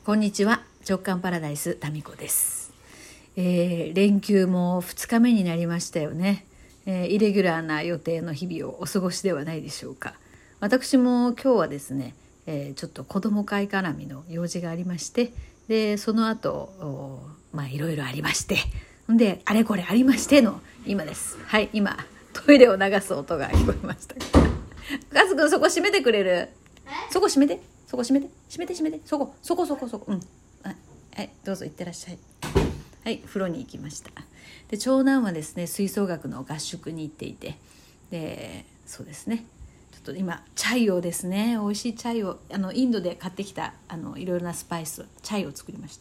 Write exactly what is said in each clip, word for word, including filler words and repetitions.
こんにちは。直感パラダイスタミコです、えー、連休もふつかめになりましたよね、えー、イレギュラーな予定の日々をお過ごしではないでしょうか。私も今日はですね、えー、ちょっと子ども会絡みの用事がありまして、でその後まあいろいろありまして、であれこれありましての今です。はい、今トイレを流す音が聞こえました。カズくん、そこ閉めてくれる？そこ閉めてそこ閉めて閉めて閉めてそこそこそこそこうんはい、はい、どうぞ行ってらっしゃい。はい、風呂に行きました。で長男はですね、吹奏楽の合宿に行っていて、でそうですね、ちょっと今チャイをですね、美味しいチャイをあのインドで買ってきたあのいろいろなスパイスチャイを作りました。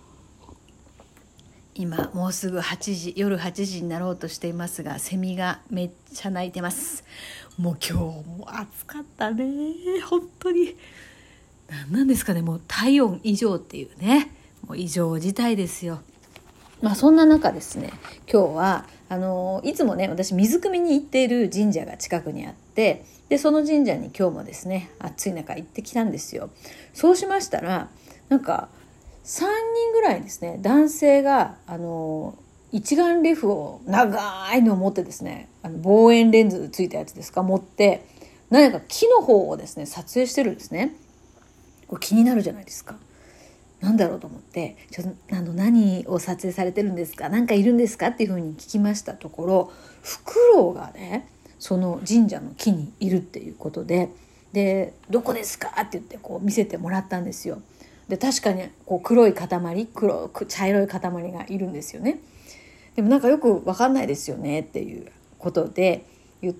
今もうすぐはちじ、夜はちじになろうとしていますが、セミがめっちゃ鳴いてます。もう今日も暑かったね、本当に。何なんですかね、もう体温以上っていうね、もう異常事態ですよ。まあそんな中ですね、今日はあのいつもね、私水汲みに行っている神社が近くにあって、でその神社に今日もですね、暑い中行ってきたんですよ。そうしましたら、なんかさんにんぐらいですね、男性があの一眼レフを長いのを持ってですね、あの望遠レンズついたやつですか、持って何か木の方をですね撮影してるんですね。これ気になるじゃないですか。なんだろうと思って、ちょっとあの何を撮影されてるんですか、何かいるんですかっていうふうに聞きましたところ、フクロウがねその神社の木にいるっていうことで、でどこですかって言ってこう見せてもらったんですよ。で確かにこう黒い塊、黒く茶色い塊がいるんですよね。でもなんかよく分かんないですよねっていうことで言って、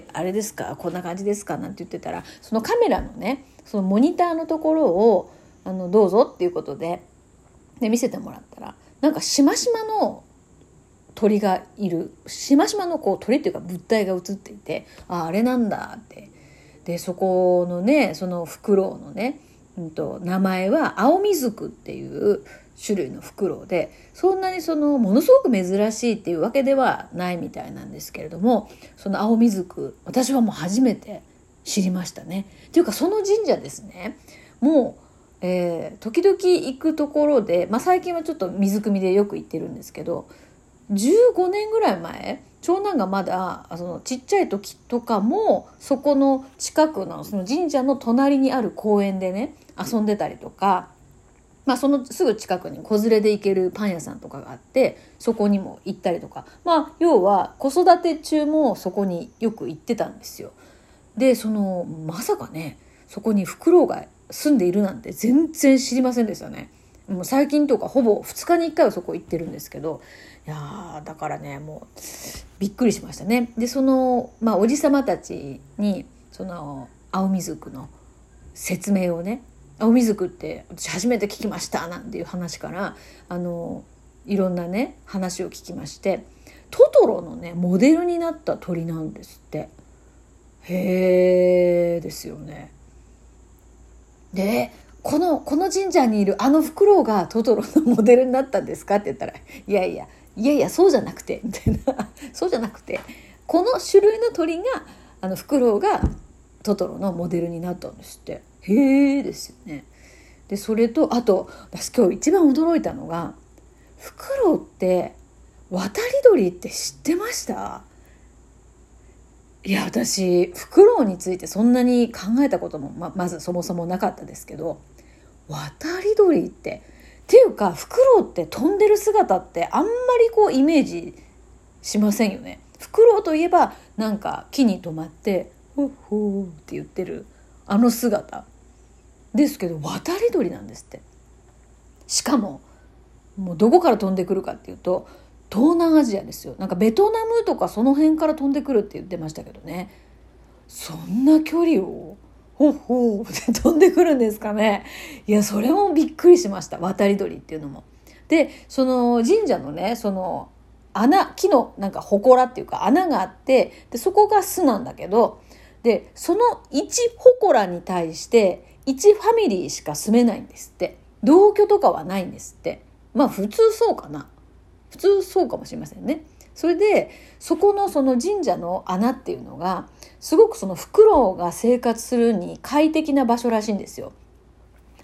あれですか、こんな感じですかなんて言ってたら、そのカメラのね、そのモニターのところをあのどうぞっていうことで、で見せてもらったら、なんかしましまの鳥がいる、しましまのこう鳥っていうか物体が映っていて、ああれなんだって。でそこのね、そのフクロウのね、うんと、名前はアオミズクっていう種類のフクロウで、そんなにそのものすごく珍しいっていうわけではないみたいなんですけれども、そのアオミズク、私はもう初めて知りましたね。っていうかその神社ですね、もうえー、時々行くところで、まあ、最近はちょっと水汲みでよく行ってるんですけど、じゅうごねんぐらい前、長男がまだそのちっちゃい時とかも、そこの近くのその神社の隣にある公園でね遊んでたりとか、まあ、そのすぐ近くに子連れで行けるパン屋さんとかがあって、そこにも行ったりとか、まあ要は子育て中もそこによく行ってたんですよ。でそのまさかね、そこにフクロウが住んでいるなんて全然知りませんでしたね。もう最近とかほぼふつかにいっかいはそこ行ってるんですけど、いやだからね、もうびっくりしましたね。でその、まあ、おじさまたちにそのアオミズクの説明をね、アオミズクって私初めて聞きましたなんていう話から、あのいろんなね話を聞きまして、トトロのねモデルになった鳥なんですって。へーですよね。でこのこの神社にいるあのフクロウがトトロのモデルになったんですかって言ったら、いやいやいやいやそうじゃなくてみたいなそうじゃなくて、この種類の鳥が、あのフクロウがトトロのモデルになったんですって。へーですよね。でそれと、あと私今日一番驚いたのが、フクロウって渡り鳥って知ってました？いや私フクロウについてそんなに考えたことも ま, まずそもそもなかったですけど、渡り鳥ってっていうか、フクロウって飛んでる姿ってあんまりこうイメージしませんよね。フクロウといえばなんか木に止まってホッホーって言ってるあの姿ですけど、渡り鳥なんですって。しかももうどこから飛んでくるかっていうと、東南アジアですよ。なんかベトナムとかその辺から飛んでくるって言ってましたけどね。そんな距離をほっほーって飛んでくるんですかね。いやそれもびっくりしました、渡り鳥っていうのも。でその神社のね、その穴、木のなんか祠っていうか穴があって、でそこが巣なんだけど、でそのいち祠に対していちファミリーしか住めないんですって。同居とかはないんですって。まあ普通そうかな、普通そうかもしれませんね。それでそこのその神社の穴っていうのがすごくそのフクロウが生活するに快適な場所らしいんですよ。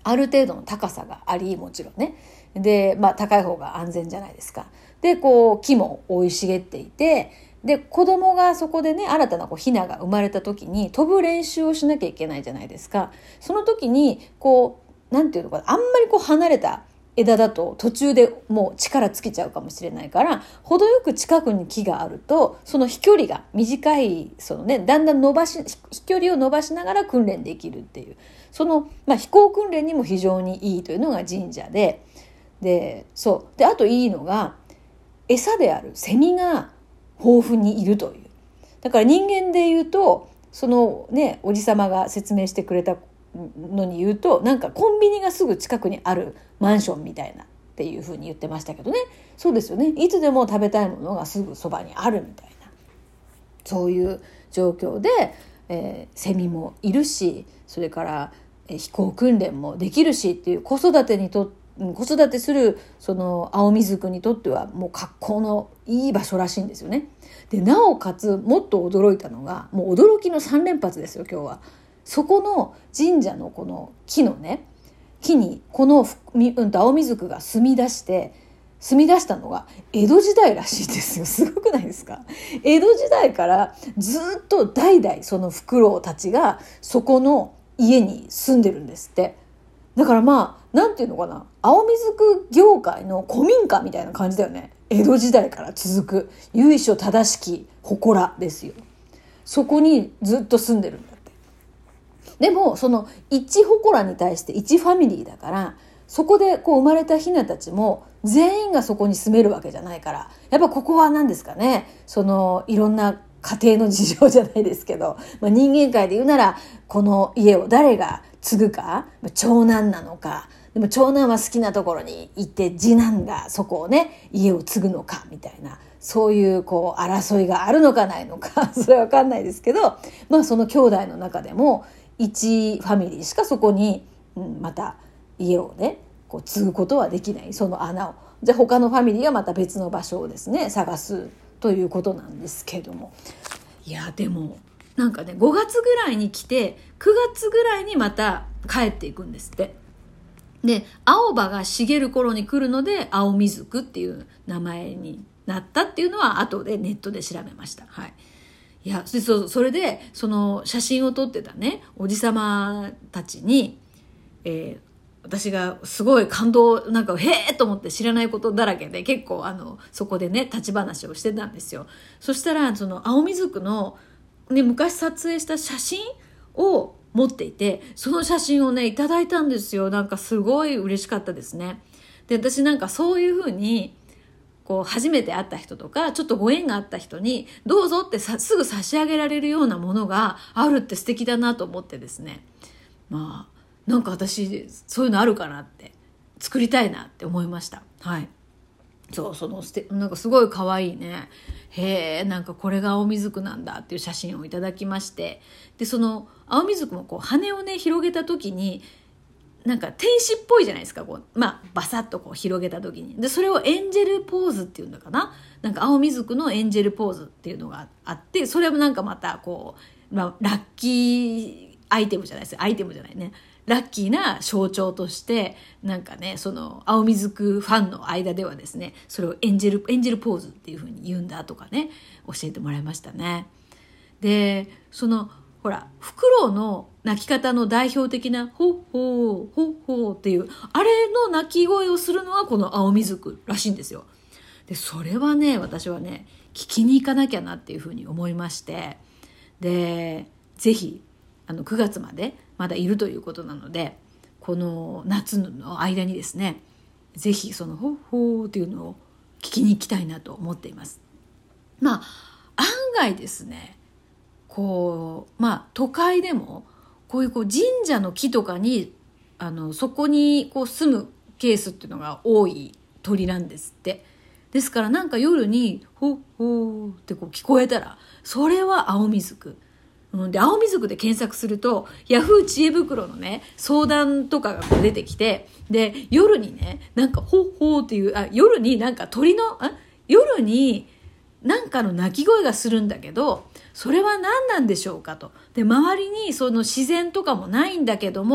ある程度の高さがあり、もちろんね。で、まあ高い方が安全じゃないですか。で、こう木も生い茂っていて、で、子供がそこでね、新たなこうヒナが生まれた時に飛ぶ練習をしなきゃいけないじゃないですか。その時に、こう、なんていうのかな、あんまりこう離れた枝だと途中でもう力尽きちゃうかもしれないから、程よく近くに木があると、その飛距離が短い、そのね、だんだん伸ばし、飛距離を伸ばしながら訓練できるっていう、その、まあ、飛行訓練にも非常にいいというのが神社で、で、そう。で、あといいのが、餌であるセミが豊富にいるという。だから人間で言うと、そのね、おじさまが説明してくれたのに言うと、なんかコンビニがすぐ近くにあるマンションみたいなっていうふうに言ってましたけどね。そうですよね。いつでも食べたいものがすぐそばにあるみたいな、そういう状況で、えー、セミもいるし、それから、えー、飛行訓練もできるしっていう、子育てにとって子育てするその青水区にとってはもう格好のいい場所らしいんですよね。で、なおかつもっと驚いたのが、もう驚きのさん連発ですよ今日は。そこの神社のこの木のね、木にこの、うん、と青水区が住み出して住み出したのが江戸時代らしいですよ。すごくないですか？江戸時代からずっと代々そのフクロウたちがそこの家に住んでるんですって。だからまあなんていうのかな、青水区業界の古民家みたいな感じだよね。江戸時代から続く由緒正しき祠ですよ。そこにずっと住んでるんだって。でもその一祠に対して一ファミリーだから、そこでこう生まれたヒナたちも全員がそこに住めるわけじゃないから、やっぱここは何ですかね、そのいろんな家庭の事情じゃないですけど、まあ、人間界で言うならこの家を誰が継ぐか、長男なのか、でも長男は好きなところに行って次男がそこをね家を継ぐのかみたいな、そういうこう争いがあるのかないのかそれは分かんないですけど、まあその兄弟の中でも一ファミリーしかそこに、うん、また家をねこう継ぐことはできない、その穴を。じゃあ他のファミリーはまた別の場所をですね探すということなんですけれども、いやでもなんかねごがつぐらいに来てくがつぐらいにまた帰っていくんですって。で、青葉が茂る頃に来るので青水区っていう名前になったっていうのは後でネットで調べました。はい。いや、そ, それでその写真を撮ってたねおじさまたちに、えー、私がすごい感動、なんかへーと思って知らないことだらけで結構あのそこでね立ち話をしてたんですよ。そしたらその青水区の、ね、昔撮影した写真を持っていて、その写真をねいただいたんですよ。なんかすごい嬉しかったですね。で、私なんかそういう風にこう初めて会った人とかちょっとご縁があった人にどうぞってさすぐ差し上げられるようなものがあるって素敵だなと思ってですね、まあなんか私そういうのあるかなって作りたいなって思いました。はい。そう、そのなんかすごい可愛いね、へえ、なんかこれが青水区なんだっていう写真をいただきまして、でその青水区もこう羽をね広げた時になんか天使っぽいじゃないですか、こうまあバサッとこう広げた時に、でそれをエンジェルポーズっていうんだかな、なんか青水区のエンジェルポーズっていうのがあって、それもなんかまたこう、まあ、ラッキーアイテムじゃないですアイテムじゃないねラッキーな象徴としてなんかね、その青水区ファンの間ではですね、それをエンジェルエンジェルポーズっていう風に言うんだとかね教えてもらいましたね。でそのほらフクロウの鳴き方の代表的なホッホーホッホーっていうあれの鳴き声をするのはこの青水区らしいんですよ。でそれはね私はね聞きに行かなきゃなっていう風に思いまして、でぜひあのくがつまでまだいるということなので、この夏の間にですねぜひそのホッホーっていうのを聞きに行きたいなと思っています。まあ案外ですねこうまあ都会でもこういうこう神社の木とかにあのそこにこう住むケースっていうのが多い鳥なんですって。ですからなんか夜にホッホーってこう聞こえたらそれは青水区。で青水区で検索するとヤフー知恵袋のね相談とかがこう出てきて、で夜にねなんかホッホーっていうあ夜になんか鳥のあ夜になんかの鳴き声がするんだけどそれは何なんでしょうかと。で周りにその自然とかもないんだけども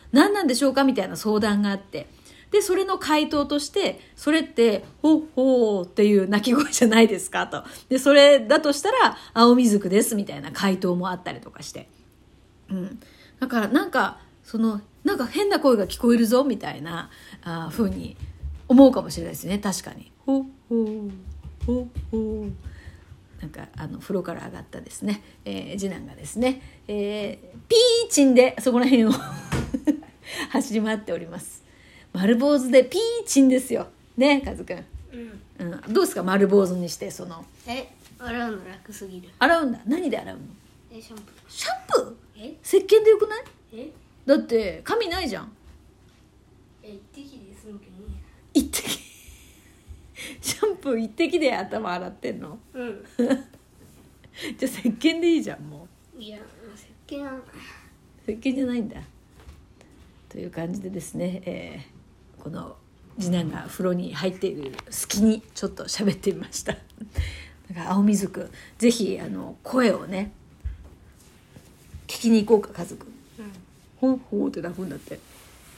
何なんでしょうかみたいな相談があって、でそれの回答としてそれってほっほーっていう鳴き声じゃないですかと、でそれだとしたら青水ですみたいな回答もあったりとかして、うん、だからなんかそのなんか変な声が聞こえるぞみたいなあ風に思うかもしれないですね。確かにほっほーほっほー、なんかあの風呂から上がったですね、えー、次男がですね、えー、ピーチンでそこら辺を走り回っております。丸坊主でピーチンですよね、カズくん、うんうん、どうですか丸坊主にして。そのえ洗うの楽すぎる。 洗うんだ。何で洗うの？ えシャンプー。 シャンプー？ え石鹸でよくない？ えだって髪ないじゃん。 え一滴で済むけどね。 一滴シャンプー一滴で頭洗ってんの？ うんじゃあ石鹸でいいじゃん。もういや石鹸石鹸じゃないんだという感じでですね、えーこの次男が風呂に入っている隙にちょっと喋ってみました。だから青水くんぜひあの声をね聞きに行こうか、家族。ほうほうって泣くんだって。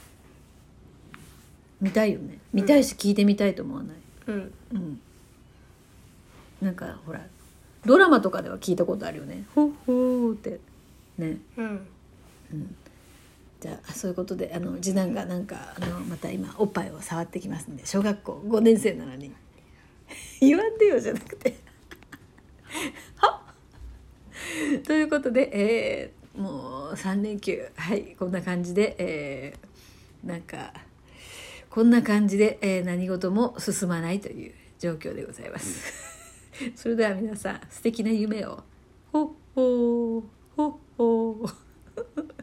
見たいよね。見たいし聞いてみたいと思わない？ うんうん。なんかほらドラマとかでは聞いたことあるよね。ほうほうってね。 うんうん。じゃあそういうことであの次男がなんかあのまた今おっぱいを触ってきますんで、小学校ごねん生なのに言わんでよじゃなくてはということで、えー、もうさん連休はいこんな感じで、えー、なんかこんな感じで、えー、何事も進まないという状況でございますそれでは皆さん素敵な夢をほっほーほっほー